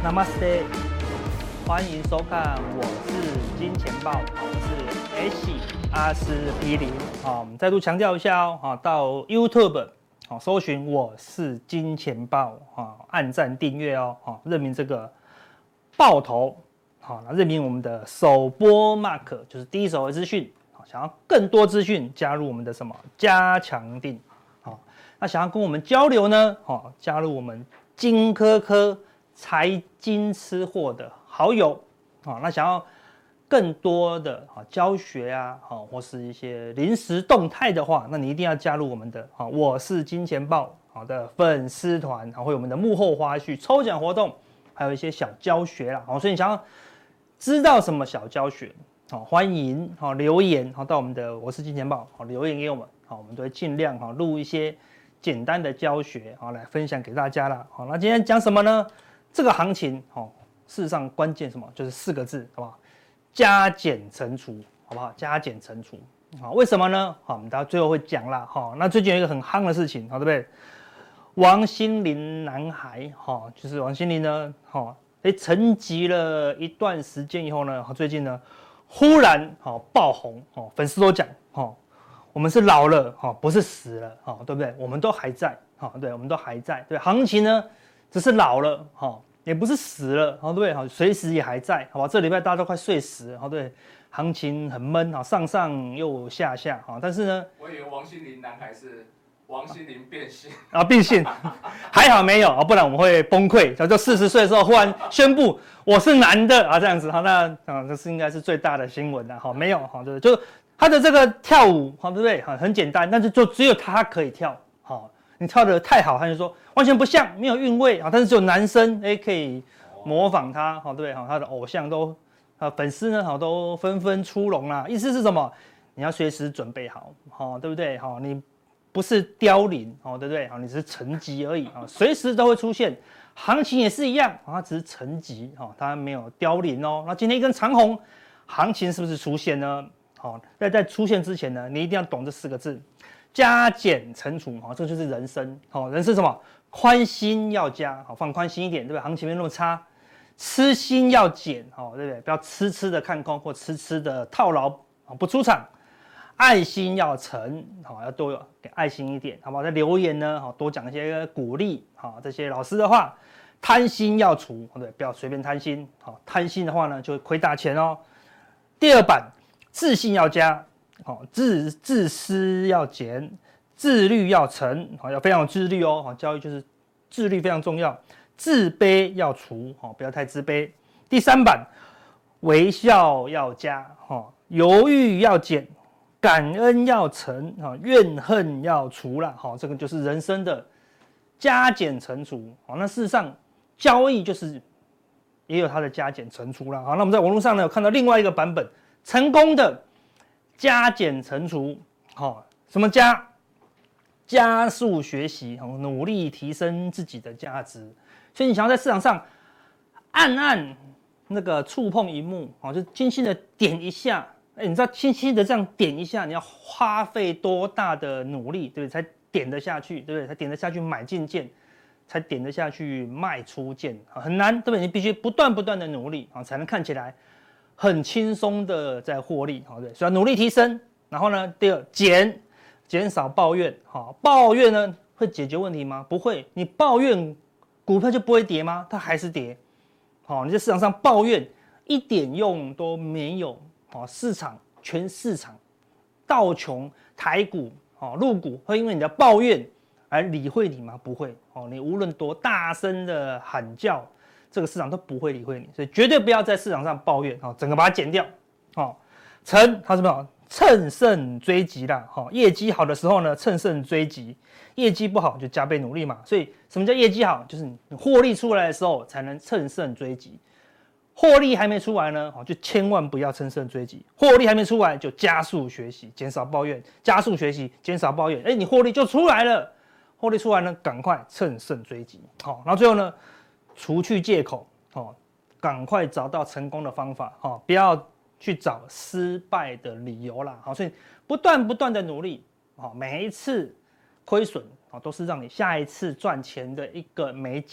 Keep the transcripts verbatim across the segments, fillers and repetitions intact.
Namaste， 欢迎收看，我是金钱豹，我是 H 阿司匹林。好，我们再度强调一下哦，到 YouTube 好搜寻我是金钱豹，好按赞订阅哦，好认明这个豹头，好认明我们的首播 mark 就是第一手的资讯。好，想要更多资讯，加入我们的什么加强定。好，那想要跟我们交流呢，好加入我们金科科。财经吃货的好友，啊，那想要更多的啊教学啊，好或是一些临时动态的话，那你一定要加入我们的啊，我是金钱豹好的粉丝团，还会有我们的幕后花絮、抽奖活动，还有一些小教学啦。好，所以你想要知道什么小教学，好欢迎好留言好到我们的我是金钱豹好留言给我们，好我们都会尽量好录一些简单的教学好来分享给大家啦。好，那今天讲什么呢？这个行情，哦，事实上关键什么？就是四个字，好不好？加减乘除，好不好？加减乘除，好，为什么呢？好，我们到最后会讲啦，哈。那最近有一个很夯的事情，好，对不对？王心凌男孩，哈，就是王心凌呢，哈，哎，沉寂了一段时间以后呢，最近呢，忽然，好爆红，哦，粉丝都讲，哦，我们是老了，哈，不是死了，哈，对不对？我们都还在，哈，对，我们都还在，对，行情呢？只是老了，哈，也不是死了，好对不对？好，随时也还在，好吧？这礼拜大家都快睡死了，好对，行情很闷，好上上又下下，好，但是呢， 我以为王心凌男孩是王心凌变性啊，变性，还好没有啊，不然我们会崩溃。就四十岁的时候忽然宣布我是男的啊，这样子，好，那啊这是应该是最大的新闻了，好，没有，好，对，就是他的这个跳舞，好对不对？好，很简单，但是就只有他可以跳，好。你跳得太好，他就说完全不像，没有韵味啊。但是只有男生哎可以模仿他，好对不对？好，他的偶像都啊粉丝呢好都纷纷出笼啦。意思是什么？你要随时准备好，好对不对？好，你不是凋零，好对不对？好，你只是沉寂而已啊，随时都会出现。行情也是一样，它只是沉寂，哈，它没有凋零哦。那今天一根长红，行情是不是出现呢？好，在在出现之前呢，你一定要懂这四个字。加减乘除，好，这就是人生，好，人生什么？宽心要加，好，放宽心一点，对不对？行情没那么差，痴心要减，好，对不对？不要痴痴的看空或痴痴的套牢，不出场。爱心要乘，好，要多给爱心一点，好不好？在留言呢，好，多讲一些鼓励，好，这些老师的话。贪心要除，对，不要随便贪心，好，贪心的话呢，就会亏大钱哦。第二版，自信要加。好，自自私要减，自律要乘，好，要非常有自律哦。好，教育就是自律非常重要。自卑要除，好，不要太自卑。第三版，微笑要加，好，犹豫要减，感恩要乘，好，怨恨要除啦。好，这个就是人生的加减乘除。好，那事实上交易就是也有它的加减乘除啦。好，那我们在网络上呢有看到另外一个版本，成功的。加减乘除，好，什么加？加速学习，努力提升自己的价值。所以你想要在市场上按按那个触碰萤幕，好，就轻轻的点一下。哎，你知道轻轻的这样点一下，你要花费多大的努力，对不对？才点得下去，对不对？才点得下去买进键，才点得下去卖出键，很难，对不对？你必须不断不断的努力，才能看起来。很轻松的在获利，好对，所以要努力提升。然后呢，第二减减少抱怨，好，抱怨呢会解决问题吗？不会，你抱怨股票就不会跌吗？它还是跌，好，你在市场上抱怨一点用都没有，好，市场全市场道琼台股，好，陆股会因为你的抱怨而理会你吗？不会，哦，你无论多大声的喊叫。这个市场都不会理会你，所以绝对不要在市场上抱怨，好，整个把它减掉，好，乘它是什么？乘胜追击啦，好，业绩好的时候呢，乘胜追击；业绩不好就加倍努力嘛。所以什么叫业绩好？就是你获利出来的时候才能乘胜追击，获利还没出来呢，就千万不要乘胜追击。获利还没出来就加速学习，减少抱怨；加速学习，减少抱怨。哎，你获利就出来了，获利出来呢，赶快乘胜追击，好，然后最后呢？除去借口，哦，赶快找到成功的方法，哦，不要去找失败的理由啦，好，所以不断不断的努力，哦，每一次亏损，哦，都是让你下一次赚钱的一个媒介，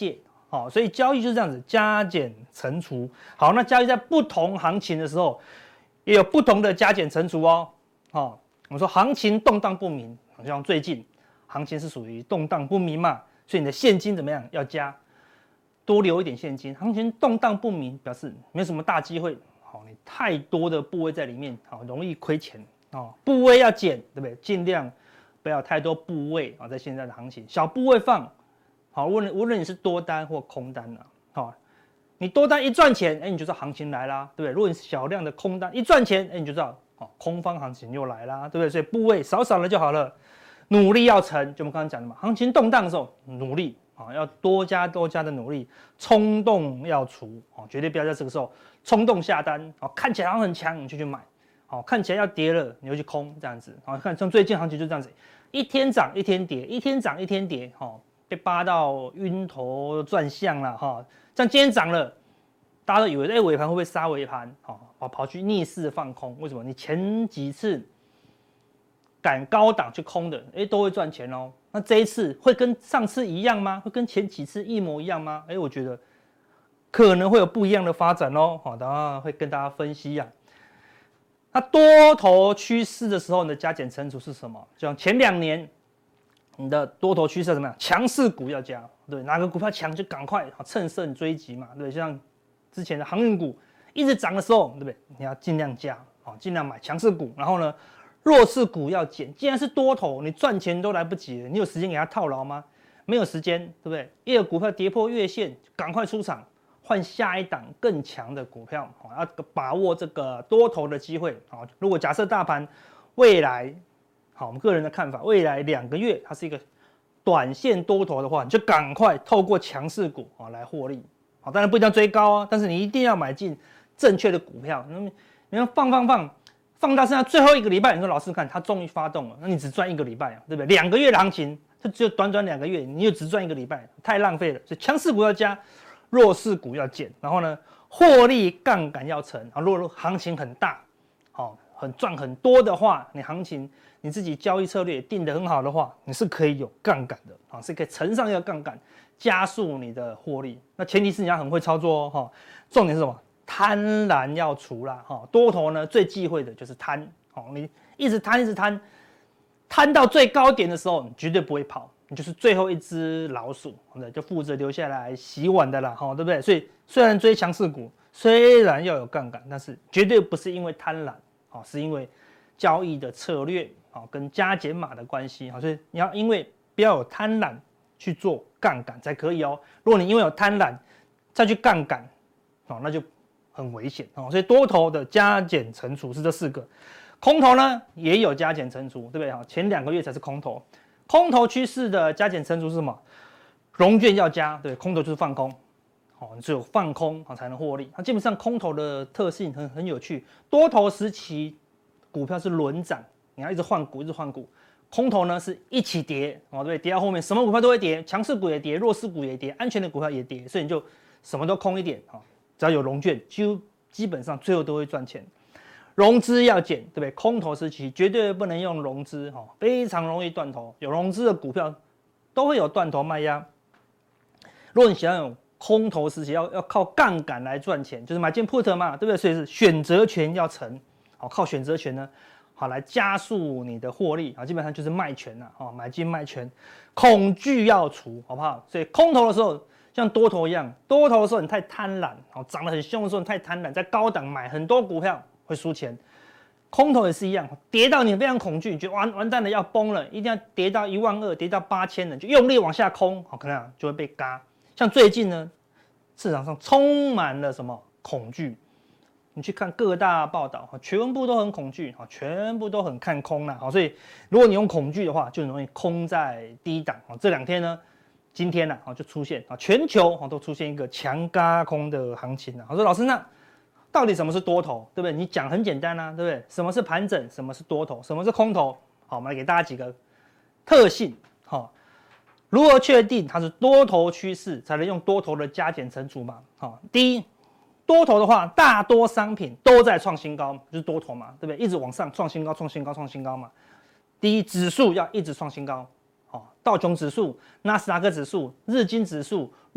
好、哦，所以交易就是这样子，加减乘除。好，那交易在不同行情的时候，也有不同的加减乘除哦。好、哦，我们说行情动荡不明，好像最近行情是属于动荡不明嘛，所以你的现金怎么样？要加，多留一点现金。行情动荡不明，表示没有什么大机会。好、哦，你太多的部位在里面，好、哦，容易亏钱。哦，部位要减，对不对？尽量不要太多部位啊、哦，在现在的行情，小部位放。好，无论无论你是多单或空单啊，好、哦，你多单一赚钱，哎，你就知道行情来啦，对不对？如果你小量的空单一赚钱，哎，你就知道哦，空方行情又来啦，对不对？所以部位少少的就好了，努力要成，就我们刚刚讲的嘛，行情动荡的时候，努力啊、哦，要多加多加的努力，冲动要除哦，绝对不要在这个时候冲动下单哦，看起来好像很强，你就去买。好、哦，看起来要跌了，你就去空这样子。好、哦，看像最近行情就这样子，一天涨一天跌，一天涨一天跌，哈、哦，被扒到晕头转向了哈、哦。像今天涨了，大家都以为哎尾盘会不会杀尾盘？好、哦，跑去逆势放空，为什么？你前几次赶高档去空的，哎都会赚钱哦。那这一次会跟上次一样吗？会跟前几次一模一样吗？哎，我觉得可能会有不一样的发展哦。好、哦，等下会跟大家分析呀、啊。那多头趋势的时候，你的加减乘除是什么？就像前两年，你的多头趋势怎么样？强势股要加，对，哪个股票强就赶快乘胜追击嘛，对，就像之前的航运股一直涨的时候，对不对？你要尽量加，啊，尽量买强势股，然后呢，弱势股要减。既然是多头，你赚钱都来不及了，你有时间给它套牢吗？没有时间，对不对？一有股票跌破月线，赶快出场。换下一档更强的股票，要把握这个多头的机会。好，如果假设大盘未来，好，我们个人的看法，未来两个月它是一个短线多头的话，你就赶快透过强势股啊来获利。好，当然不一定要追高啊，但是你一定要买进正确的股票。那么你要放放放放到剩下最后一个礼拜，你说老师看它终于发动了，那你只赚一个礼拜啊，对不对？两个月的行情，它只有短短两个月，你又只赚一个礼拜，太浪费了。所以强势股要加。弱势股要减，然后呢，获利杠杆要成啊。如果行情很大，好、哦，很赚很多的话，你行情你自己交易策略定得很好的话，你是可以有杠杆的啊，是可以乘上一个杠杆，加速你的获利。那前提是你要很会操作哦。哈，重点是什么？贪婪要除啦。哈，多头呢最忌讳的就是贪。哦，你一直贪，一直贪，贪到最高点的时候，你绝对不会跑。你就是最后一只老鼠，对，就负责留下来洗碗的啦，哈，对不对？所以虽然追强势股，虽然要有杠杆，但是绝对不是因为贪婪，哦，是因为交易的策略，哦，跟加减码的关系，所以你要因为不要有贪婪去做杠杆才可以哦。如果你因为有贪婪再去杠杆，哦，那就很危险哦。所以多头的加减乘除是这四个，空头呢也有加减乘除，对不对？哈，前两个月才是空头。空头趋势的加减乘除是什么？融券要加，对，空头就是放空，哦，你只有放空才能获利。它基本上空头的特性很很有趣，多头时期股票是轮涨，你要一直换股，一直换股。空头呢是一起跌，哦，对，跌到后面什么股票都会跌，强势股也跌，弱势股也跌，安全的股票也跌，所以你就什么都空一点，哦，只要有融券，就基本上最后都会赚钱。融资要减，对不对？空头时期绝对不能用融资，哈，非常容易断头。有融资的股票都会有断头卖压。如果你想要有空头时期要要靠杠杆来赚钱，就是买进 put 嘛，对不对？所以是选择权要成，好，靠选择权呢，好来加速你的获利啊，基本上就是卖权了，哦，买进卖权，恐惧要除，好不好？所以空头的时候像多头一样，多头的时候你太贪婪，哦，涨得很凶的时候你太贪婪，在高档买很多股票。会输钱，空头也是一样，跌到你非常恐惧，你觉得完完蛋了要崩了，一定要跌到一万二，跌到八千了，就用力往下空，好，可能就会被嘎。像最近呢，市场上充满了什么恐惧？你去看各大报道，全部都很恐惧，全部都很看空啦，好，所以如果你用恐惧的话，就容易空在低档。这两天呢，今天呢，就出现全球都出现一个强嘎空的行情了。我说老师那。到底什么是多头，对不对？你讲很简单啊，对不对？什么是盘整，什么是多头，什么是空头？好，我们来给大家几个特性。好，如何确定它是多头趋势，才能用多头的加减乘除嘛？好，第一，多头的话，大多商品都在创新高，就是多头嘛，对不对？一直往上创新高，创新高，创新高嘛。第一，指数要一直创新高。好，道琼指数、纳斯达克指数、日经指数、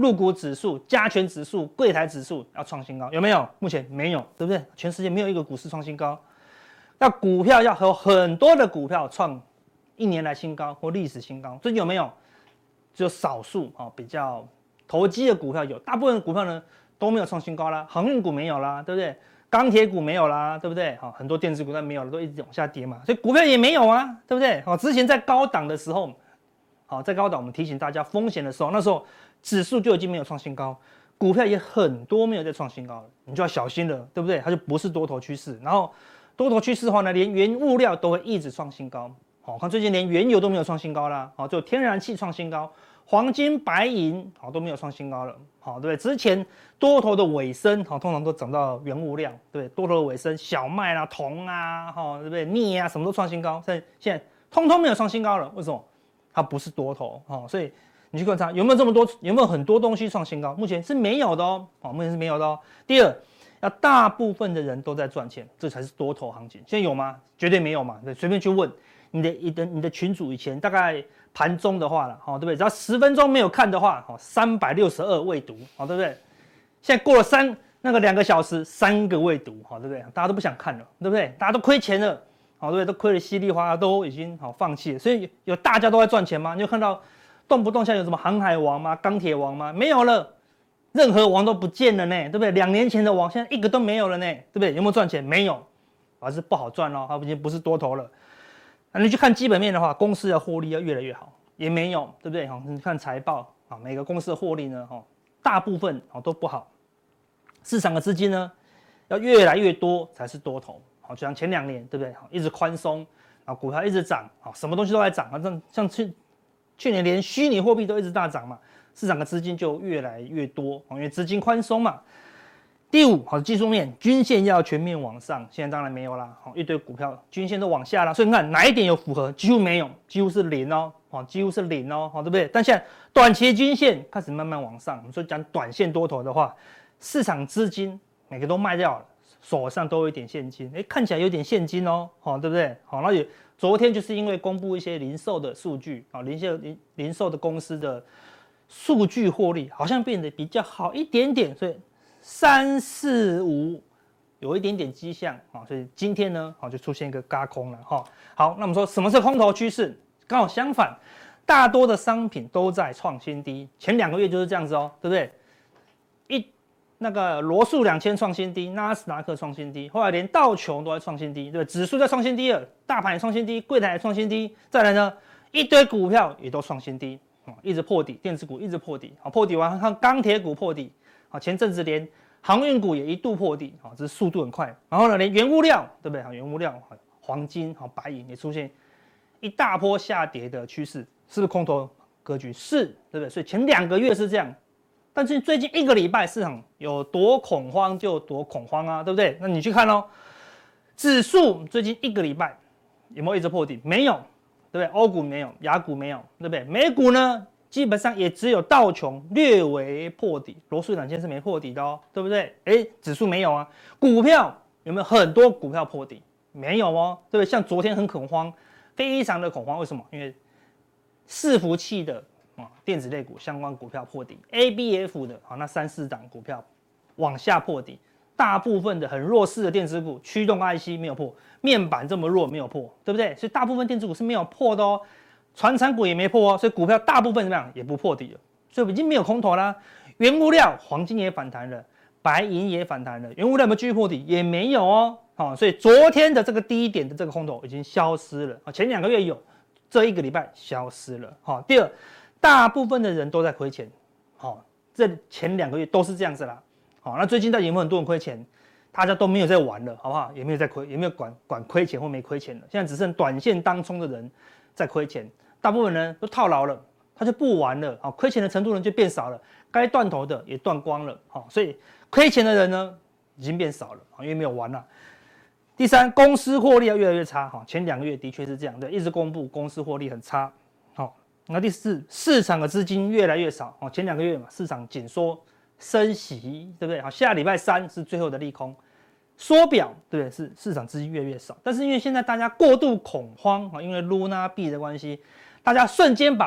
入股指数、加权指数、柜台指数要创新高，有没有？目前没有，对不对？全世界没有一个股市创新高。那股票要有很多的股票创一年来新高或历史新高，最近有没有？只有少数啊比较投机的股票有，大部分的股票呢都没有创新高啦，航运股没有啦，对不对？钢铁股没有啦，对不对？好，很多电子股都没有了，都一直往下跌嘛，所以股票也没有啊，对不对？好，之前在高档的时候，好，在高档我们提醒大家风险的时候，那时候指数就已经没有创新高，股票也很多没有再创新高了，你就要小心了，对不对？它就不是多头趋势，然后多头趋势的话呢，连原物料都会一直创新高。好，看最近连原油都没有创新高啦，好，就天然气创新高，黄金、白银好都没有创新高了，好，对不对？之前多头的尾声，好，通常都涨到原物料，对不对？多头的尾声，小麦啦、铜啊，好，对不对？镍啊，什么都创新高，所以现在通通没有创新高了，为什么？它不是多头，好，所以你去观察有没有这么多，有没有很多东西创新高？目前是没有的哦，好，目前是没有的哦。第二，要大部分的人都在赚钱，这才是多头行情。现在有吗？绝对没有嘛，对，随便去问。你的你的你的群组以前大概盘中的话了，好，对不对？只要十分钟没有看的话，好，三百六十二未读，好，对不对？现在过了三那个两个小时，三个未读，好，对不对？大家都不想看了，对不对？大家都亏钱了，好，对不对？都亏得稀里哗啦，都已经好放弃了。所以有大家都在赚钱吗？你有看到动不动现在有什么航海王吗？钢铁王吗？没有了，任何王都不见了呢，对不对？两年前的王现在一个都没有了呢，对不对？有没有赚钱？没有，而是不好赚哦，它已经不是多头了。那你去看基本面的话，公司的获利要越来越好，也没有，对不对？你看财报啊，每个公司的获利呢，大部分都不好。市场的资金呢，要越来越多才是多头。好，就像前两年，对不对？一直宽松，啊，股票一直涨，啊，什么东西都在涨，像像去去年连虚拟货币都一直大涨嘛，市场的资金就越来越多，因为资金宽松嘛。第五，好，技术面，均线要全面往上，现在当然没有啦，好，一堆股票均线都往下啦，所以你看哪一点有符合？几乎没有，几乎是零哦，好，几乎是零哦，好，对不对？但现在短期均线开始慢慢往上，我们说讲短线多头的话，市场资金每个都卖掉了，手上都有一点现金，哎，看起来有点现金哦，好，对不对？好，那也昨天就是因为公布一些零售的数据啊，零售零零售的公司的数据获利好像变得比较好一点点，所以。三四五有一点点迹象啊，所以今天呢，好就出现一个軋空了哈。好，那我们说什么是空头趋势？刚好相反，大多的商品都在创新低，前两个月就是这样子哦，对不对？一那个罗素两千创新低，纳斯达克创新低，后来连道琼都在创新低，对不对？指数在创新低了，大盘也创新低，柜台也创新低，再来呢，一堆股票也都创新低啊，一直破底，电子股一直破底，好，破底完看钢铁股破底。好，前阵子连航运股也一度破底，好，这是速度很快。然后呢，连原物料，对不对？好，原物料，黄金、好白银也出现一大波下跌的趋势，是不是空头格局？是，对不对？所以前两个月是这样，但是最近一个礼拜市场有多恐慌就多恐慌啊，对不对？那你去看哦，指数最近一个礼拜有没有一直破底？没有，对不对？欧股没有，亚股没有，对不对？美股呢？基本上也只有道琼略微破底，罗素两千是没破底的哦，对不对？哎，指数没有啊。股票有没有很多股票破底？没有哦，对不对？像昨天很恐慌，非常的恐慌，为什么？因为伺服器的啊电子类股相关股票破底 ，A B F 的啊那三四档股票往下破底，大部分的很弱势的电子股，驱动 I C 没有破，面板这么弱没有破，对不对？所以大部分电子股是没有破的哦。传产股也没破哦，所以股票大部分怎么样也不破底了，所以已经没有空头啦。原物料，黄金也反弹了，白银也反弹了，原物料有没有继续破底？也没有哦。好，所以昨天的这个低点的这个空头已经消失了。前两个月有，这一个礼拜消失了。好，第二，大部分的人都在亏钱。好，这前两个月都是这样子啦。好，那最近到底有没有很多人亏钱？大家都没有在玩了，好不好？也没有在亏，也没有管管亏钱或没亏钱了。现在只剩短线当冲的人在亏钱。大部分人都套牢了，他就不玩了，好，亏钱的程度呢就变少了，该断头的也断光了，好，所以亏钱的人呢已经变少了，因为没有玩了。第三，公司获利要越来越差，哈，前两个月的确是这样，对，一直公布公司获利很差，好，那第四，市场的资金越来越少，哦，前两个月嘛，市场紧缩升息，对不对？好，下礼拜三是最后的利空。缩表，对不对？是市场资金越来越少，但是因为现在大家过度恐慌啊，因为 Luna 币的关系，大家瞬间把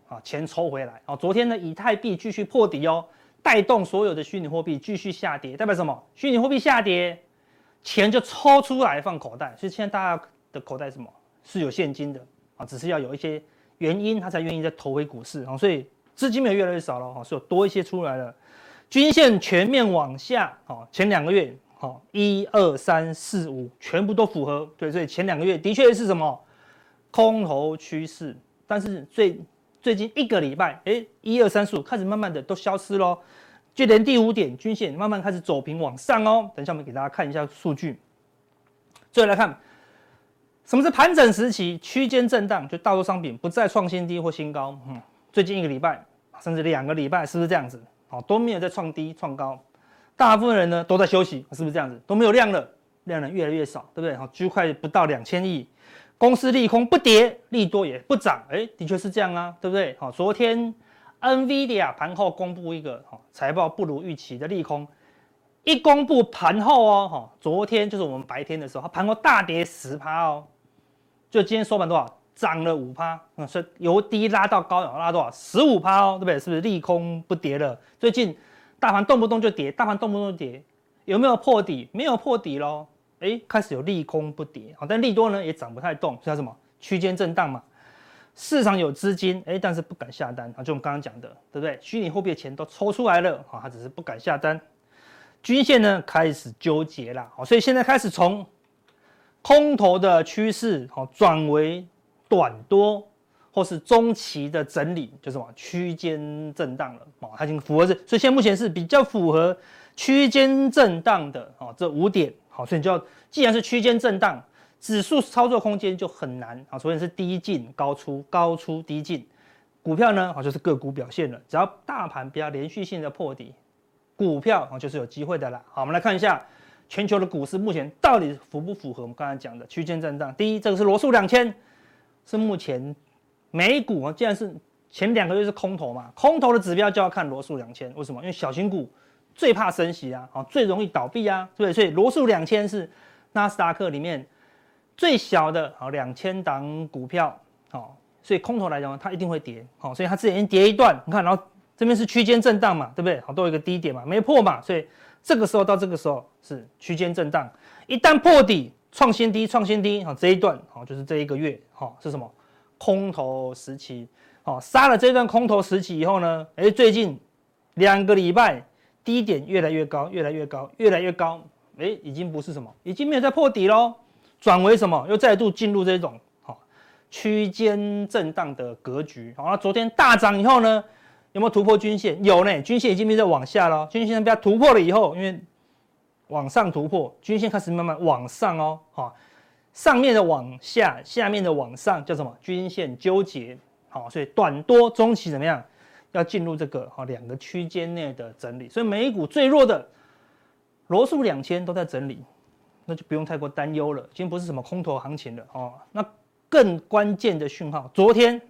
啊钱抽回来。哦，昨天呢以太币继续破底哦，带动所有的虚拟货币继续下跌，代表什么？虚拟货币下跌，钱就抽出来放口袋，所以现在大家的口袋什么是有现金的啊，只是要有一些原因，他才愿意再投回股市啊，所以资金没有越来越少了哈，是有多一些出来了。均线全面往下，哦，前两个月，哦，一二三四五全部都符合，对，所以前两个月的确是什么空头趋势，但是最最近一个礼拜，哎，一二三四五开始慢慢的都消失咯，就连第五点均线慢慢开始走平往上哦。等一下我们给大家看一下数据。最后来看，什么是盘整时期？区间震荡，就大多商品不再创新低或新高。嗯，最近一个礼拜甚至两个礼拜是不是这样子？哦，都没有在创低创高，大部分人呢都在休息，是不是这样子？都没有量了，量呢越来越少，对不对？好，居快不到两千亿，公司利空不跌，利多也不涨，哎，的确是这样啊，对不对？好，昨天 NVIDIA 盘后公布一个好财报不如预期的利空，一公布盘后哦，哈，昨天就是我们白天的时候，它盘后大跌十趴哦，就今天收盘多少？涨了五趴，嗯，所以由低拉到高，拉多少？十五趴哦，对不对？是不是利空不跌了？最近大盘动不动就跌，大盘动不动就跌，有没有破底？没有破底咯，哎，开始有利空不跌，好，但利多呢也涨不太动，所以它什么区间震荡嘛。市场有资金，哎，但是不敢下单啊，就我们刚刚讲的，对不对？虚拟货币的钱都抽出来了，啊，它只是不敢下单。均线呢开始纠结啦，好，所以现在开始从空头的趋势，好，转为短多或是中期的整理，就是什么区间震荡了，哦，它已经符合这，所以现在目前是比较符合区间震荡的，哦，这五点，好，所以你就要，既然是区间震荡，指数操作空间就很难，啊，所以是低进高出，高出低进，股票呢，好，就是个股表现了，只要大盘不要连续性的破底，股票啊就是有机会的啦。好，我们来看一下全球的股市目前到底符不符合我们刚才讲的区间震荡。第一，这个是罗素两千。是目前美股啊，既然是前两个月是空头嘛，空头的指标就要看罗素两千，为什么？因为小型股最怕升息啊，最容易倒闭啊，对不对？所以罗素两千是纳斯达克里面最小的好两千档股票，好，所以空头来讲它一定会跌，好，所以它之前已经跌一段，你看，然后这边是区间震荡嘛，对不对？好，都有一个低点嘛，没破嘛，所以这个时候到这个时候是区间震荡，一旦破底。创新低，创新低，好，这一段好就是这一个月，好是什么？空头时期，好，杀了这段空头时期以后呢，哎，最近两个礼拜低点越来越高，越来越高，越来越高，哎，已经不是什么，已经没有在破底咯，转为什么？又再度进入这种好区间震荡的格局。好，那昨天大涨以后呢，有没有突破均线？有呢，均线已经没有在往下了，均线被它突破了以后，因为往上突破，均线开始慢慢往上哦，好，上面的往下，下面的往上，叫什么？均线纠结，好，所以短多中期怎么样？要进入这个好两个区间内的整理，所以美股最弱的罗素两千都在整理，那就不用太过担忧了。今天不是什么空头行情了哦，那更关键的讯号，昨天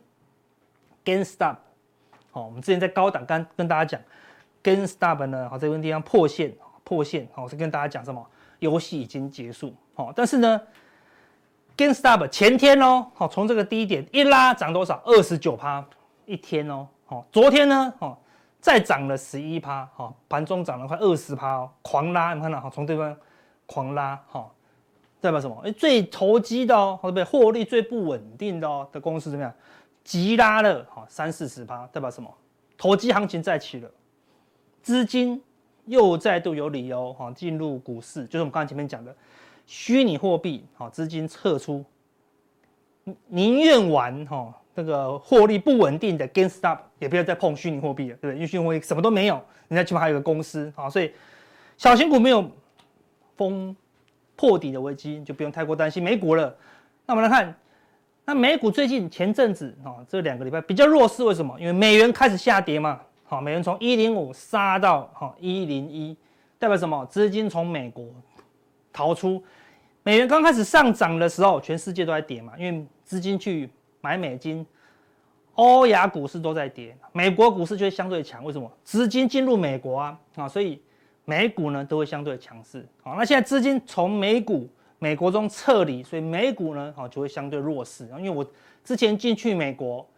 GameStop， 好，我们之前在高档跟跟大家讲 GameStop 呢，好，这个地方破线。破线，好，是跟大家讲什么？游戏已经结束，好，但是呢 ，GameStop 前天哦，好，从这个低点一拉涨多少？二十九趴一天哦，好，昨天呢，好，再涨了十一趴，好，盘中涨了快二十趴哦，狂拉，你看到，好，从这边狂拉，好，代表什么？哎，最投机的哦，对不对？获利最不稳定的哦的公司怎么样？急拉了，好，三四十趴，代表什么？投机行情再起了，资金。又再度有理由哈进入股市，就是我们刚才前面讲的虚拟货币，好，资金撤出，宁愿玩哈这个获利不稳定的 GameStop， 也不要再碰虚拟货币了，对不对？因为虚拟货币什么都没有，人家起码还有个公司，好，所以小型股没有封破底的危机，就不用太过担心美股了。那我们来看，那美股最近前阵子啊这两个礼拜比较弱势，为什么？因为美元开始下跌嘛。好，美元从一零五杀到好一零一，代表什么？资金从美国逃出。美元刚开始上涨的时候，全世界都在跌嘛，因为资金去买美金，欧亚股市都在跌，美国股市就会相对强。为什么？资金进入美国啊，啊，所以美股呢都会相对强势。好，那现在资金从美股、美国中撤离，所以美股呢，好就会相对弱势。因为我之前进去美国。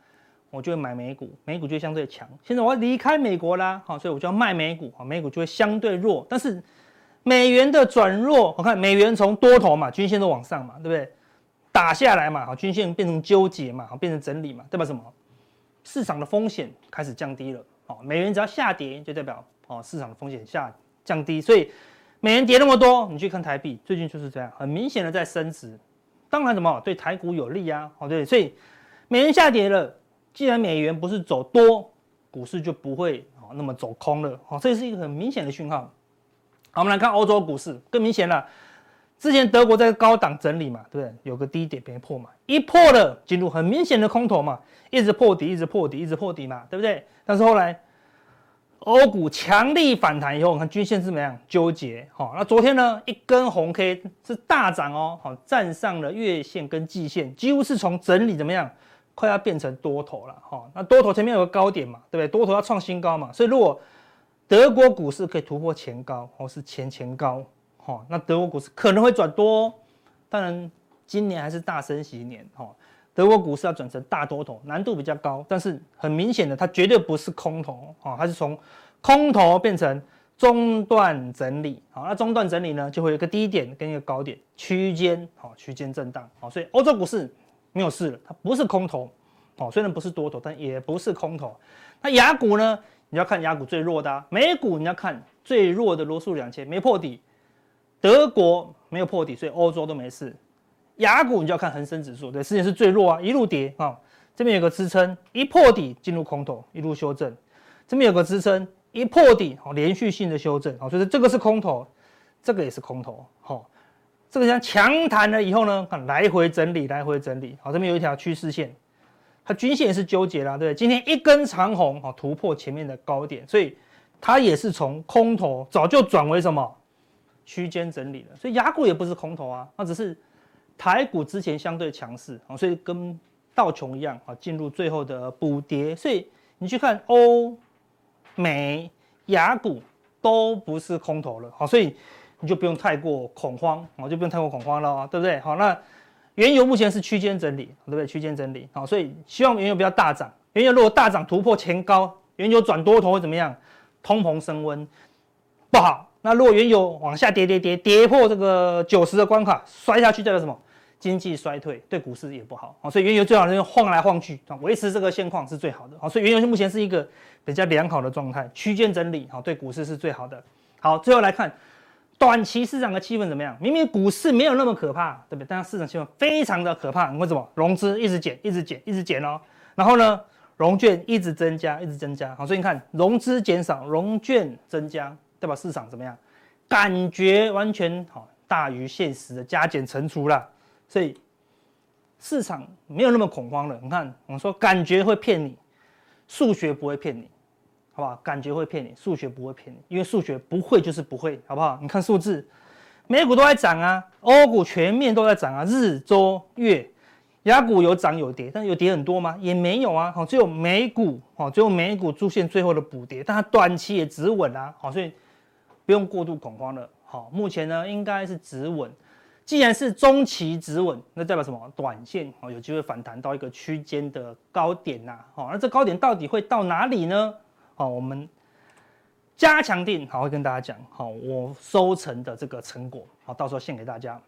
我就会买美股，美股就会相对强。现在我要离开美国啦，好，所以我就要卖美股，好，美股就会相对弱。但是美元的转弱，我看美元从多头嘛，均线都往上嘛，对不对？打下来嘛，好，均线变成纠结嘛，好，变成整理嘛，代表什么？市场的风险开始降低了，好，美元只要下跌，就代表哦市场的风险下降低，所以美元跌那么多，你去看台币，最近就是这样，很明显的在升值。当然什么对台股有利啊，好，对，所以美元下跌了。既然美元不是走多，股市就不会那么走空了，这是一个很明显的讯号。好，我们来看欧洲股市，更明显了。之前德国在高档整理嘛，对不对？有个低点没破嘛，一破了进入很明显的空头嘛，一直破底，一直破底，一直破底嘛，对不对？但是后来欧股强力反弹以后，我看均线是怎么样纠结，好，那昨天呢一根红 K 是大涨哦，好，站上了月线跟季线，几乎是从整理怎么样？快要变成多头了，哈，那多头前面有个高点嘛，对不对？多头要创新高嘛，所以如果德国股市可以突破前高，或是前前高，哈，那德国股市可能会转多哦。当然，今年还是大升息年，哈，德国股市要转成大多头，难度比较高，但是很明显的，它绝对不是空头，哈，它是从空头变成中段整理，好，那中段整理呢，就会有一个低点跟一个高点区间，好，区间震荡，好，所以欧洲股市。没有事了，它不是空头，哦，虽然不是多头，但也不是空头。那亚股呢？你要看亚股最弱的、啊，美股你要看最弱的罗素两千没破底，德国没有破底，所以欧洲都没事。亚股你就要看恒生指数，对，之前是最弱啊，一路跌啊、哦，这边有个支撑，一破底进入空头，一路修正。这边有个支撑，一破底，哦，连续性的修正，哦，所以这个是空头，这个也是空头，哦。这个像强弹了以后呢，看来回整理，来回整理。好，这边有一条趋势线，它均线也是纠结啦，对不对？今天一根长红，好突破前面的高点，所以它也是从空头早就转为什么区间整理了。所以亚股也不是空头啊，它只是台股之前相对强势，所以跟道琼一样，进入最后的补跌。所以你去看欧美亚股都不是空头了，好，所以。你就不用太过恐慌，哦，就不用太过恐慌了、哦，对不对？好，那原油目前是区间整理，对不对？区间整理，好，所以希望原油不要大涨。原油如果大涨突破前高，原油转多头会怎么样？通膨升温，不好。那如果原油往下跌跌跌跌破这个九十的关卡，摔下去代表什么？经济衰退，对股市也不好。好，所以原油最好是晃来晃去，维持这个现况是最好的。好，所以原油目前是一个比较良好的状态，区间整理，好，对股市是最好的。好，最后来看。短期市场的气氛怎么样？明明股市没有那么可怕，对不对？但是市场气氛非常的可怕。为什么？融资一直减，一直减，一直减哦。然后呢，融券一直增加，一直增加。好，所以你看，融资减少，融券增加，代表市场怎么样？感觉完全好大于现实的加减乘除啦。所以市场没有那么恐慌了。你看，我们说感觉会骗你，数学不会骗你。好不好？感觉会骗你，数学不会骗你，因为数学不会就是不会，好不好？你看数字，美股都在涨啊，欧股全面都在涨啊，日周月，亚股有涨有跌，但有跌很多吗？也没有啊，好，只有美股，好，只有美股出现最后的补跌，但它短期也止稳啊，好，所以不用过度恐慌了，好，目前呢应该是止稳，既然是中期止稳，那代表什么？短线好有机会反弹到一个区间的高点呐，好，那这高点到底会到哪里呢？好，我们加强定好会跟大家讲，好，我收成的这个成果，好，到时候献给大家。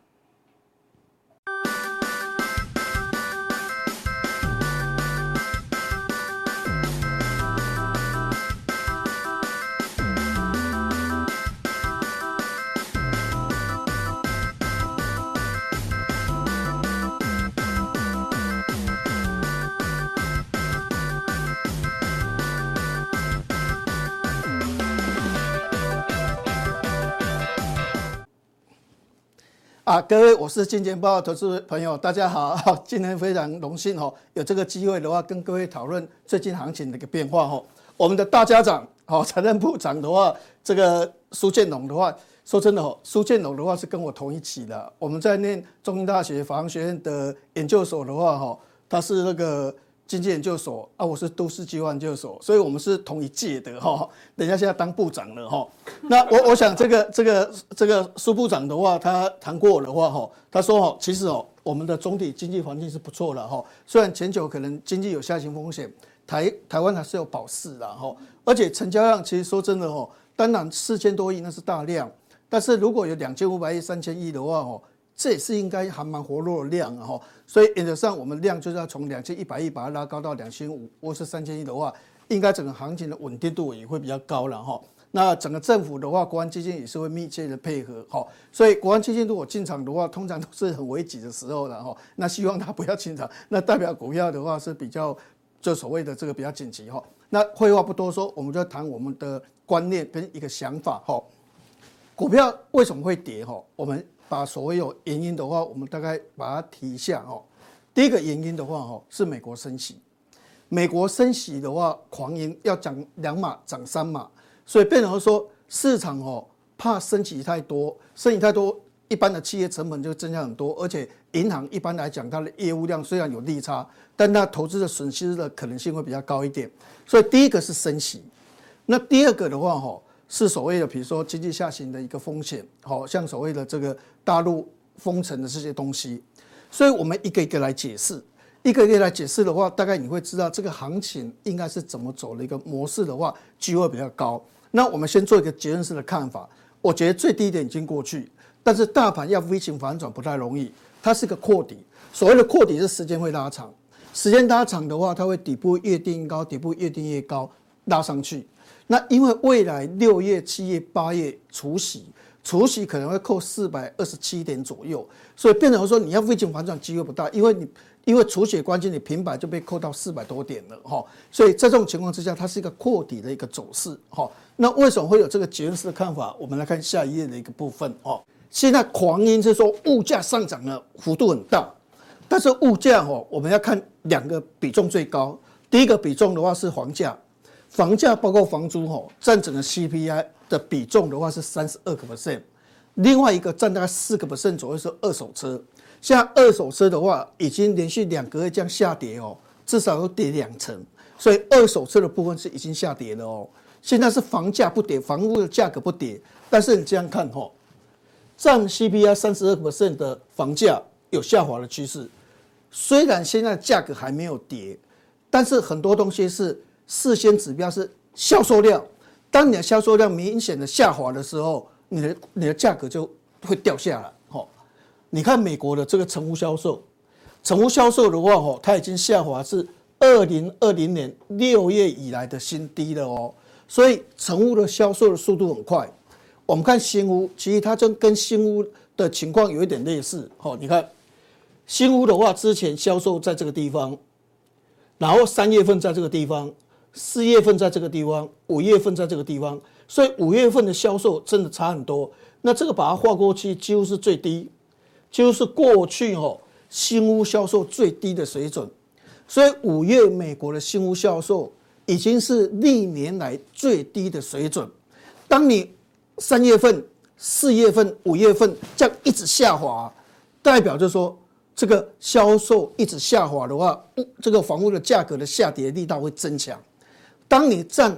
啊，各位，我是金钱豹投资朋友，大家好。今天非常荣幸哦，有这个机会的话，跟各位讨论最近行情的一个变化哦。我们的大家长，哦，财政部长的话，这个苏建龙的话，说真的哦，苏建龙的话是跟我同一期的。我们在念中兴大学法航学院的研究所的话，哈，他是那个经济研究所啊，我是都市计划研究所，所以我们是同一届的哈。人家现在当部长了哈。那我我想这个这个这个苏部长的话，他谈过我的话哈，他说哈，其实哦， 我们的总体经济环境是不错的哈。虽然全球可能经济有下行风险，台台湾还是有保释的哈。而且成交量其实说真的哈，当然四千多亿那是大量，但是如果有两千五百亿、三千亿的话哦，这也是应该还蛮活络的量啊哈。所以原则上我们量就是要从两千一百亿把它拉高到两千五或是三千亿的话，应该整个行情的稳定度也会比较高了哈。那整个政府的话，国安基金也是会密切的配合，哈，所以国安基金如果进场的话，通常都是很危急的时候了，哈。那希望他不要进场，那代表股票的话是比较就所谓的这个比较紧急，哈。那废话不多说，我们就谈我们的观念跟一个想法，哈。股票为什么会跌，哈？我们把所有原因的话，我们大概把它提一下，哈。第一个原因的话，哈，是美国升息，美国升息的话，狂鹰要涨两码，涨三码。所以变成说，市场哦怕升息太多，升息太多，一般的企业成本就增加很多，而且银行一般来讲，它的业务量虽然有利差，但它投资的损失的可能性会比较高一点。所以第一个是升息，那第二个的话哈是所谓的比如说经济下行的一个风险，好像所谓的这个大陆封城的这些东西。所以我们一个一个来解释。一个一个来解释的话，大概你会知道这个行情应该是怎么走的一个模式的话，机会比较高。那我们先做一个结论式的看法，我觉得最低点已经过去，但是大盘要 V 型反转不太容易，它是个扩底。所谓的扩底是时间会拉长，时间拉长的话，它会底部越定越高，底部越定越高，拉上去。那因为未来六月、七月、八月除息，除息可能会扣四百二十七点左右，所以变成说你要 V 型反转机会不大，因为你。因为除息关键，你平板就被扣到四百多点了哈，所以在这种情况之下，它是一个扩底的一个走势哈。那为什么会有这个结论式的看法？我们来看下一页的一个部分哦。现在狂因是说物价上涨了幅度很大，但是物价哦，我们要看两个比重最高。第一个比重的话是房价，房价包括房租哦，占整个 C P I 的比重的话是三十二个 percent， 另外一个占大概四个 percent 左右是二手车。像二手车的话，已经连续两个月这样下跌哦，至少都跌两成，所以二手车的部分是已经下跌了哦。现在是房价不跌，房屋的价格不跌，但是你这样看哦，占 C P I 三十二 percent 的房价有下滑的趋势。虽然现在价格还没有跌，但是很多东西是事先指标是销售量，当你的销售量明显的下滑的时候，你的你的价格就会掉下来。你看美国的这个成屋销售，成屋销售的话，哦，它已经下滑是二零二零年六月以来的新低了哦。所以成屋的销售的速度很快。我们看新屋，其实它就跟新屋的情况有一点类似。哦，你看新屋的话，之前销售在这个地方，然后三月份在这个地方，四月份在这个地方，五月份在这个地方，所以五月份的销售真的差很多。那这个把它画过去，几乎是最低。就是过去哦，新屋销售最低的水准，所以五月美国的新屋销售已经是历年来最低的水准。当你三月份、四月份、五月份这样一直下滑，代表就是说这个销售一直下滑的话，这个房屋的价格的下跌力道会增强。当你占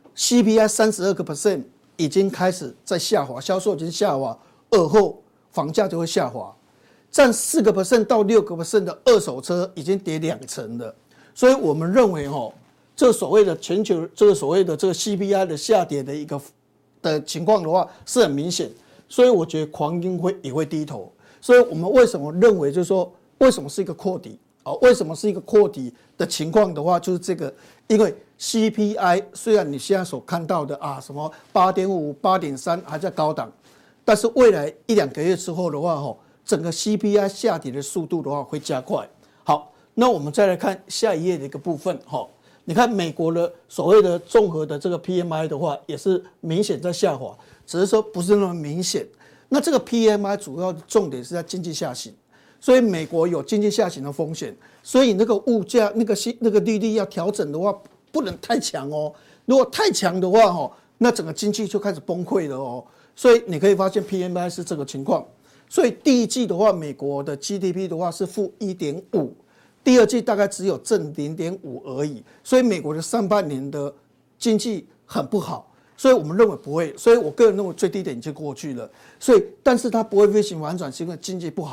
C P I 三十二个 percent 已经开始在下滑，销售已经下滑，而后房价就会下滑。占四个 percent 到六个 percent 的二手车已经跌两成了，所以我们认为哦，这所谓的全球这个所谓的这个 C P I 的下跌的一个的情况的话是很明显，所以我觉得狂鹰会也会低头。所以我们为什么认为就是说为什么是一个扩底啊？为什么是一个扩底的情况的话，就是这个，因为 C P I 虽然你现在所看到的啊什么 八点五、八点三 还在高档，但是未来一两个月之后的话哦。整个 C P I 下跌的速度的话会加快。好，那我们再来看下一页的一个部分哈。你看美国的所谓的综合的这个 P M I 的话，也是明显在下滑，只是说不是那么明显。那这个 P M I 主要的重点是在经济下行，所以美国有经济下行的风险，所以那个物价那个那个利率要调整的话，不能太强哦。如果太强的话哈，那整个经济就开始崩溃了哦。所以你可以发现 P M I 是这个情况。所以第一季的话，美国的 G D P 的话是负 一点五， 第二季大概只有正 零点五 而已。所以美国的上半年的经济很不好，所以我们认为不会。所以我个人认为最低点已经过去了。所以，但是它不会 V 型反转，是因为经济不好。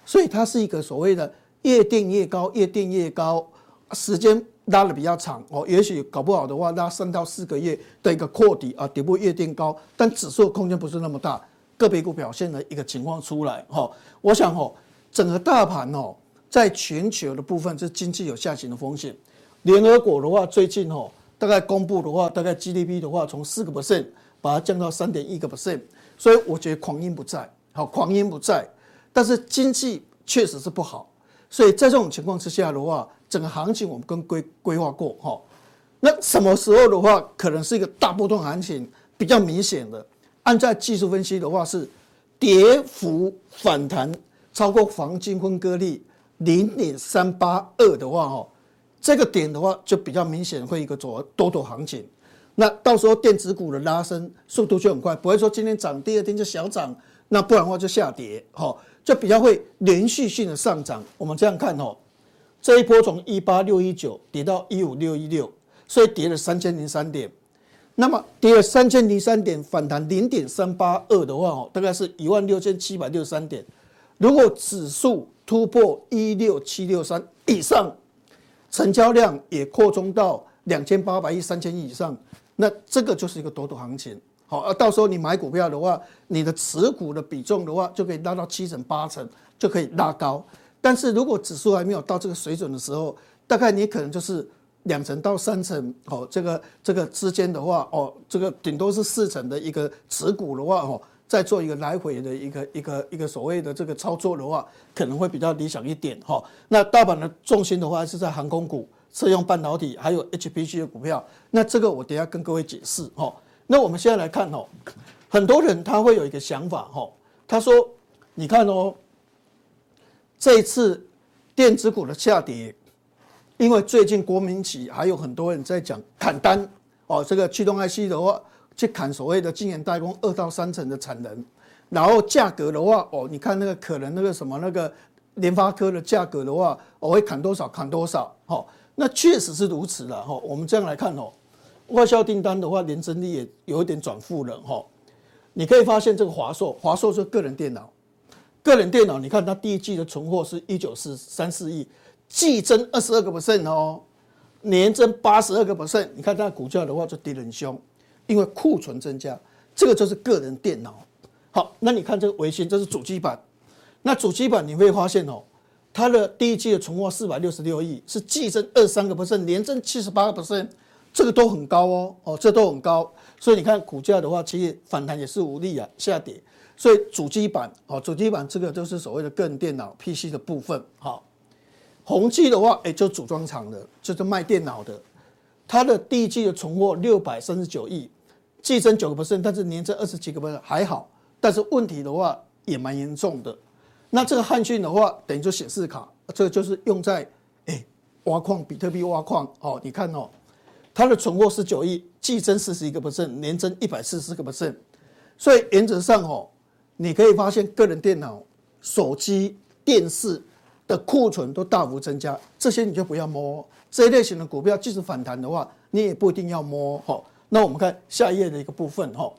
所以它是一个所谓的越垫越高，越垫越高，时间拉的比较长哦，也许搞不好的话，拉三到四个月的一个扩底啊，底部越垫高，但指数空间不是那么大，个别股表现的一个情况出来哈、哦。我想哦，整个大盘哦，在全球的部分是经济有下行的风险。联合国的话，最近哦，大概公布的话，大概 G D P 的话，从四个 percent 把它降到三点一个 percent， 所以我觉得狂音不在，好，狂音不在，但是经济确实是不好，所以在这种情况之下的话，整个行情我们跟规规划过哈。那什么时候的话，可能是一个大波动行情比较明显的，按照技术分析的话是跌幅反弹超过黄金分割率零点三八二的话哈。这个点的话，就比较明显会一个走多头行情。那到时候电子股的拉升速度就很快，不会说今天涨，第二天就小涨，那不然的话就下跌，哈，就比较会连续性的上涨。我们这样看哦，这一波从一八六一九跌到一五六一六，所以跌了三千零三点。那么跌了三千零三点，反弹零点三八二的话，哦，大概是一万六千七百六十三点。如果指数突破一六七六三以上，成交量也扩充到两千八百亿、三千亿以上，那这个就是一个多头行情。好，而到时候你买股票的话，你的持股的比重的话，就可以拉到七成、八成，就可以拉高。但是如果指数还没有到这个水准的时候，大概你可能就是两成到三成，哦，这个这个之间的话，哦，这个顶多是四成的一个持股的话，哦。再做一个来回的一个一个一个所谓的这个操作的话，可能会比较理想一点哈。那大盘的重心的话是在航空股、车用半导体还有 H P C 的股票。那这个我等一下跟各位解释哈。那我们现在来看哦，很多人他会有一个想法哈，他说：“你看哦，这一次电子股的下跌，因为最近国民企还有很多人在讲砍单哦，这个驱动 I C 的话。”去砍所谓的晶圆代工二到三成的产能，然后价格的话，哦，你看那个可能那个什么那个联发科的价格的话，我、哦、会砍多少砍多少，哦，那确实是如此的哈、哦。我们这样来看哦，外销订单的话，年增率也有一点转负了哈、哦。你可以发现这个华硕，华硕是个人电脑，个人电脑，你看它第一季的存货是一九四三四亿，季增二十二个 percent 哦，年增八十二个 percent， 你看它的股价的话就跌得很凶。因为库存增加，这个就是个人电脑。好，那你看这个微星，这是主机板。那主机板你会发现哦，它的第一季的存货四百六十六亿，是季增二十三个 percent， 年增七十八个 percent， 这个都很高哦，哦，这都很高。所以你看股价的话，其实反弹也是无力啊，下跌。所以主机板，哦，主机板这个就是所谓的个人电脑 P C 的部分。好，宏基的话，哎，就组装厂的，就是卖电脑的。它的第一季的存货六百三十九亿，季增九个 percent， 但是年增二十几个 percent 还好，但是问题的话也蛮严重的。那这个汉讯的话，等于就显示卡，这个就是用在哎挖矿，比特币挖矿哦。你看哦，它的存货十九亿，季增四十一个 percent， 年增一百四十个 percent。所以原则上哦，你可以发现个人电脑、手机、电视的库存都大幅增加，这些你就不要摸。这一类型的股票，即使反弹的话，你也不一定要摸哈。那我们看下一页的一个部分哈。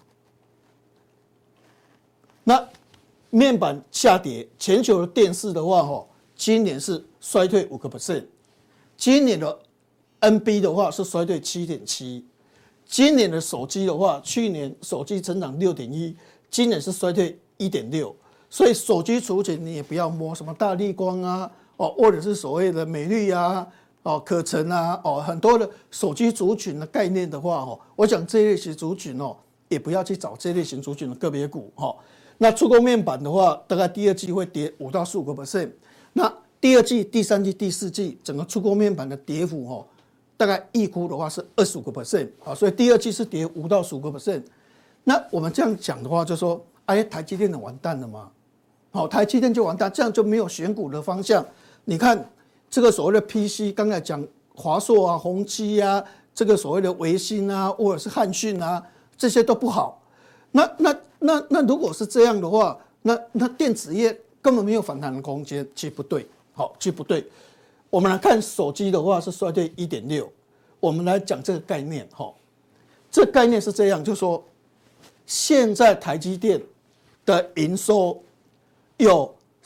那面板下跌，全球的电视的话哈，今年是衰退五个 percent， 今年的 N B 的话是衰退七点七，今年的手机的话，去年手机成长六点一，今年是衰退一点六，所以手机族群你也不要摸什么大立光啊，哦，或者是所谓的美绿啊。哦，可成啊，哦，很多的手机族群的概念的话，哦，我讲这一类型族群哦，也不要去找这类型族群的个别股，哈、哦。那触控面板的话，大概第二季会跌五到十五个 percent。那第二季、第三季、第四季整个触控面板的跌幅，哦，大概预估的话是二十五个 percent， 啊，所以第二季是跌五到十五个 percent。那我们这样讲的话，就说，哎，台积电的完蛋了嘛？好、哦，台积电就完蛋，这样就没有选股的方向。你看。这个所谓的 P C， 刚才讲华硕啊、宏基啊，这个所谓的微星啊，或者是汉讯啊，这些都不好。那那那那如果是这样的话，那那电子业根本没有反弹的空间，其实不对，好，其实不对。我们来看手机的话是衰退一点六，我们来讲这个概念哈，这个概念是这样，就是说现在台积电的营收有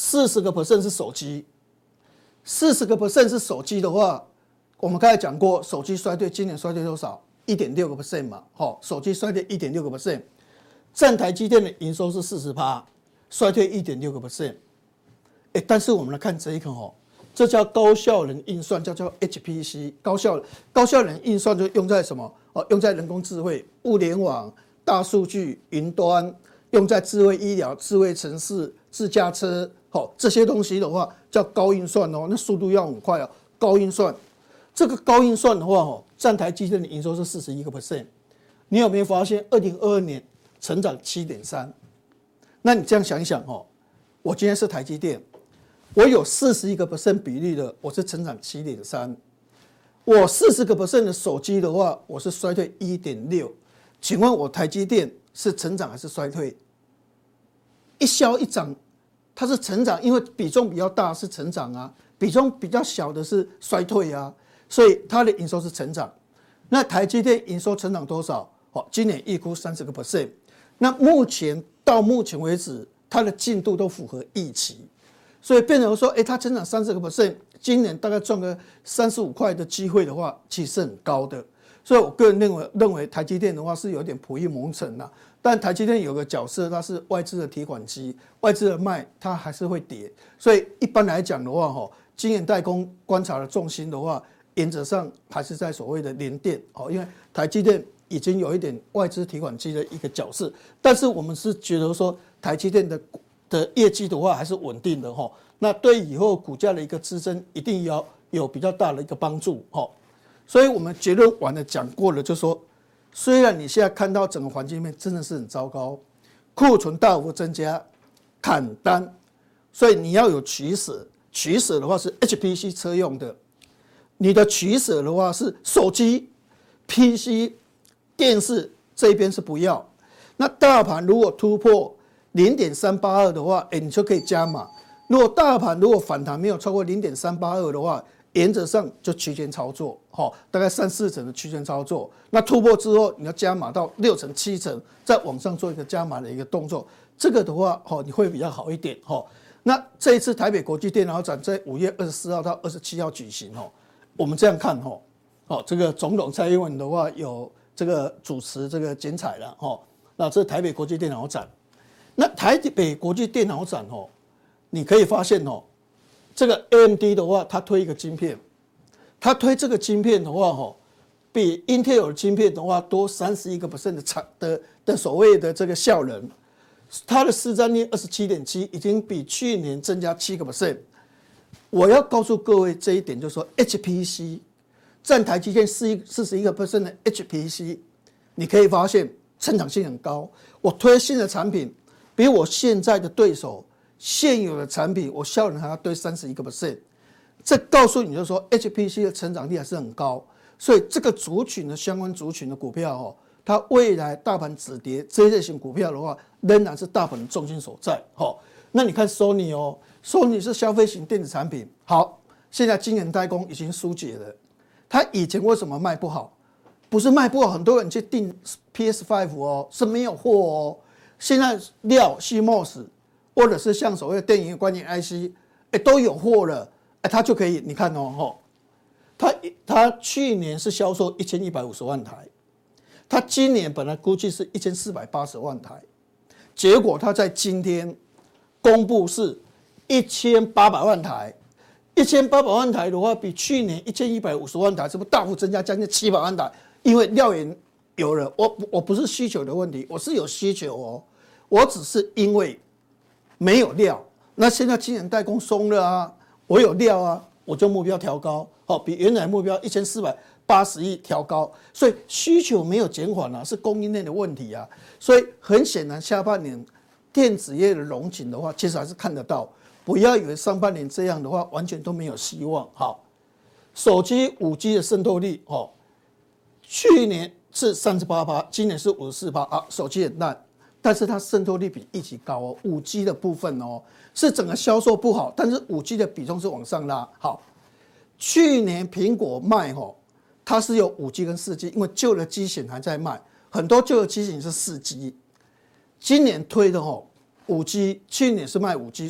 四十个 percent 是手机，四十个 percent 是手机的话，我们刚才讲过，手机衰退，今年衰退多少？一点六个 percent 嘛，好，手机衰退一点六个 percent， 占台积电的营收是四十趴，衰退一点六个 percent。哎，但是我们来看这一个哦，这叫高效能运算，叫叫 H P C， 高效高效能运算就用在什么？哦，用在人工智慧、物联网、大数据、云端，用在智慧医疗、智慧城市、自驾车，好，这些东西的话叫高运算哦，那速度要很快哦，高运算。这个高运算的话，哦，占台积电的营收是四十一个 percent， 你有没有发现，二零二二年成长七点三？那你这样想一想哦，我今天是台积电，我有四十一个 percent 比例的，我是成长七点三。我四十个 percent 的手机的话，我是衰退一点六。请问我台积电是成长还是衰退？一消一涨，它是成长，因为比重比较大是成长啊，比重比较小的是衰退啊。所以它的营收是成长，那台积电营收成长多少？哦，今年预估三十个 percent。那目前到目前为止，它的进度都符合预期，所以变成说，哎，它成长三十个 percent， 今年大概赚个三十五块的机会的话，其实是很高的。所以我个人认为，认为台积电的话是有点仆役蒙尘啦。但台积电有个角色，它是外资的提款机，外资的卖它还是会跌。所以一般来讲的话，哈，晶圆代工观察的重心的话，原则上还是在所谓的联电，因为台积电已经有一点外资提款机的一个角色，但是我们是觉得说台积电的的业绩的话还是稳定的哈，那对以后股价的一个支撑一定要有比较大的一个帮助哈。所以我们结论完了讲过了，就说虽然你现在看到整个环境面真的是很糟糕，库存大幅增加，砍单，所以你要有取舍，取舍的话是 H P C 车用的。你的取舍的话是手机、P C、电视这边是不要。那大盘如果突破零点三八二的话，哎，你就可以加码。如果大盘如果反弹没有超过零点三八二的话，原则上就区间操作，好，大概三四成的区间操作。那突破之后，你要加码到六成、七成，再往上做一个加码的一个动作。这个的话，哦，你会比较好一点，哦。那这一次台北国际电脑展在五月二十四号到二十七号举行，哦。我们这样看哈，哦，这个总统蔡英文的话有这个主持这个剪彩了哈，那这是台北国际电脑展，那台北国际电脑展哦，你可以发现哦，这个 A M D 的话，它推一个晶片，它推这个晶片的话哈，比 Intel 的晶片的话多三十一个 percent 的产的的所谓的这个效能，它的市占率二十七点七，已经比去年增加七个 percent。我要告诉各位这一点，就是说 H P C 占台积电四四十一个 percent 的 H P C， 你可以发现成长性很高。我推新的产品，比我现在的对手现有的产品，我效能还要堆三十一个 percent。这告诉你就是说 H P C 的成长力还是很高，所以这个族群的相关族群的股票哦，它未来大盘止跌这一类型股票的话，仍然是大盘的重心所在。哦，那你看 Sony 哦。Sony 是消费型电子产品，好，现在晶圆代工已经疏解了。它以前为什么卖不好？不是卖不好，很多人去订 P S 五 哦，是没有货哦。现在料 C M O S 或者是像所谓的电影关键 I C， 哎，都有货了，哎，它就可以，你看哦，吼，它它去年是销售一千一百五十万台，它今年本来估计是一千四百八十万台，结果它在今天公布是一千八百万台，一千八百万台的话，比去年一千一百五十万台，是不是大幅增加将近七百万台？因为料源有了，我我不是需求的问题，我是有需求哦，我只是因为没有料。那现在晶圆代工松了啊，我有料啊，我就目标调高，好，比原来目标一千四百八十亿调高，所以需求没有减缓啊，是供应链的问题啊。所以很显然，下半年电子业的荣景的话，其实还是看得到。不要以为上半年这样的话，完全都没有希望。好，手机五 G 的渗透率，哦，去年是三十八趴，今年是五十四趴啊，手机很烂，但是它渗透率比一起高哦。五 G 的部分哦，是整个销售不好，但是五 G 的比重是往上拉。好，去年苹果卖哦，它是有五 G 跟四 G， 因为旧的机型还在卖，很多旧的机型是四 G， 今年推的哦五 G， 去年是卖五 G， 所以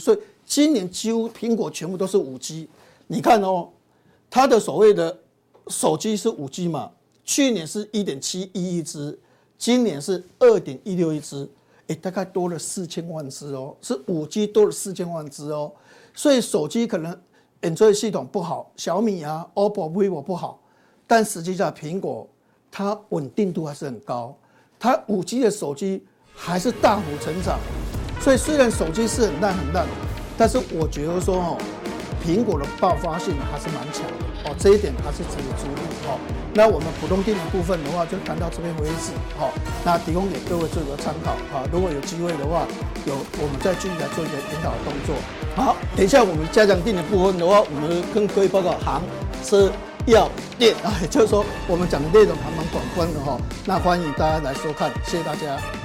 今年几乎苹果全部都是五 G。你看哦，它的所谓的手机是五 G 嘛，去年是 一点七一亿只，今年是 二点一六亿只，哎，大概多了四千万只哦，是五 G 多了四千万只哦。所以手机可能 Android 系统不好，小米啊、O P P O、vivo 不好，但实际上苹果它稳定度还是很高，它五 G 的手机还是大幅成长。所以虽然手机是很烂很烂，但是我觉得说哦，苹果的爆发性还是蛮强的哦，这一点还是值得注意哦。那我们普通定的部分的话，就谈到这边为止哦。那提供给各位做个参考啊，如果有机会的话，有我们再继续来做一个引导的动作。好，等一下我们加强定的部分的话，我们跟各位报告行车药店啊，也就是说我们讲的内容还蛮广泛的哈。那欢迎大家来收看，谢谢大家。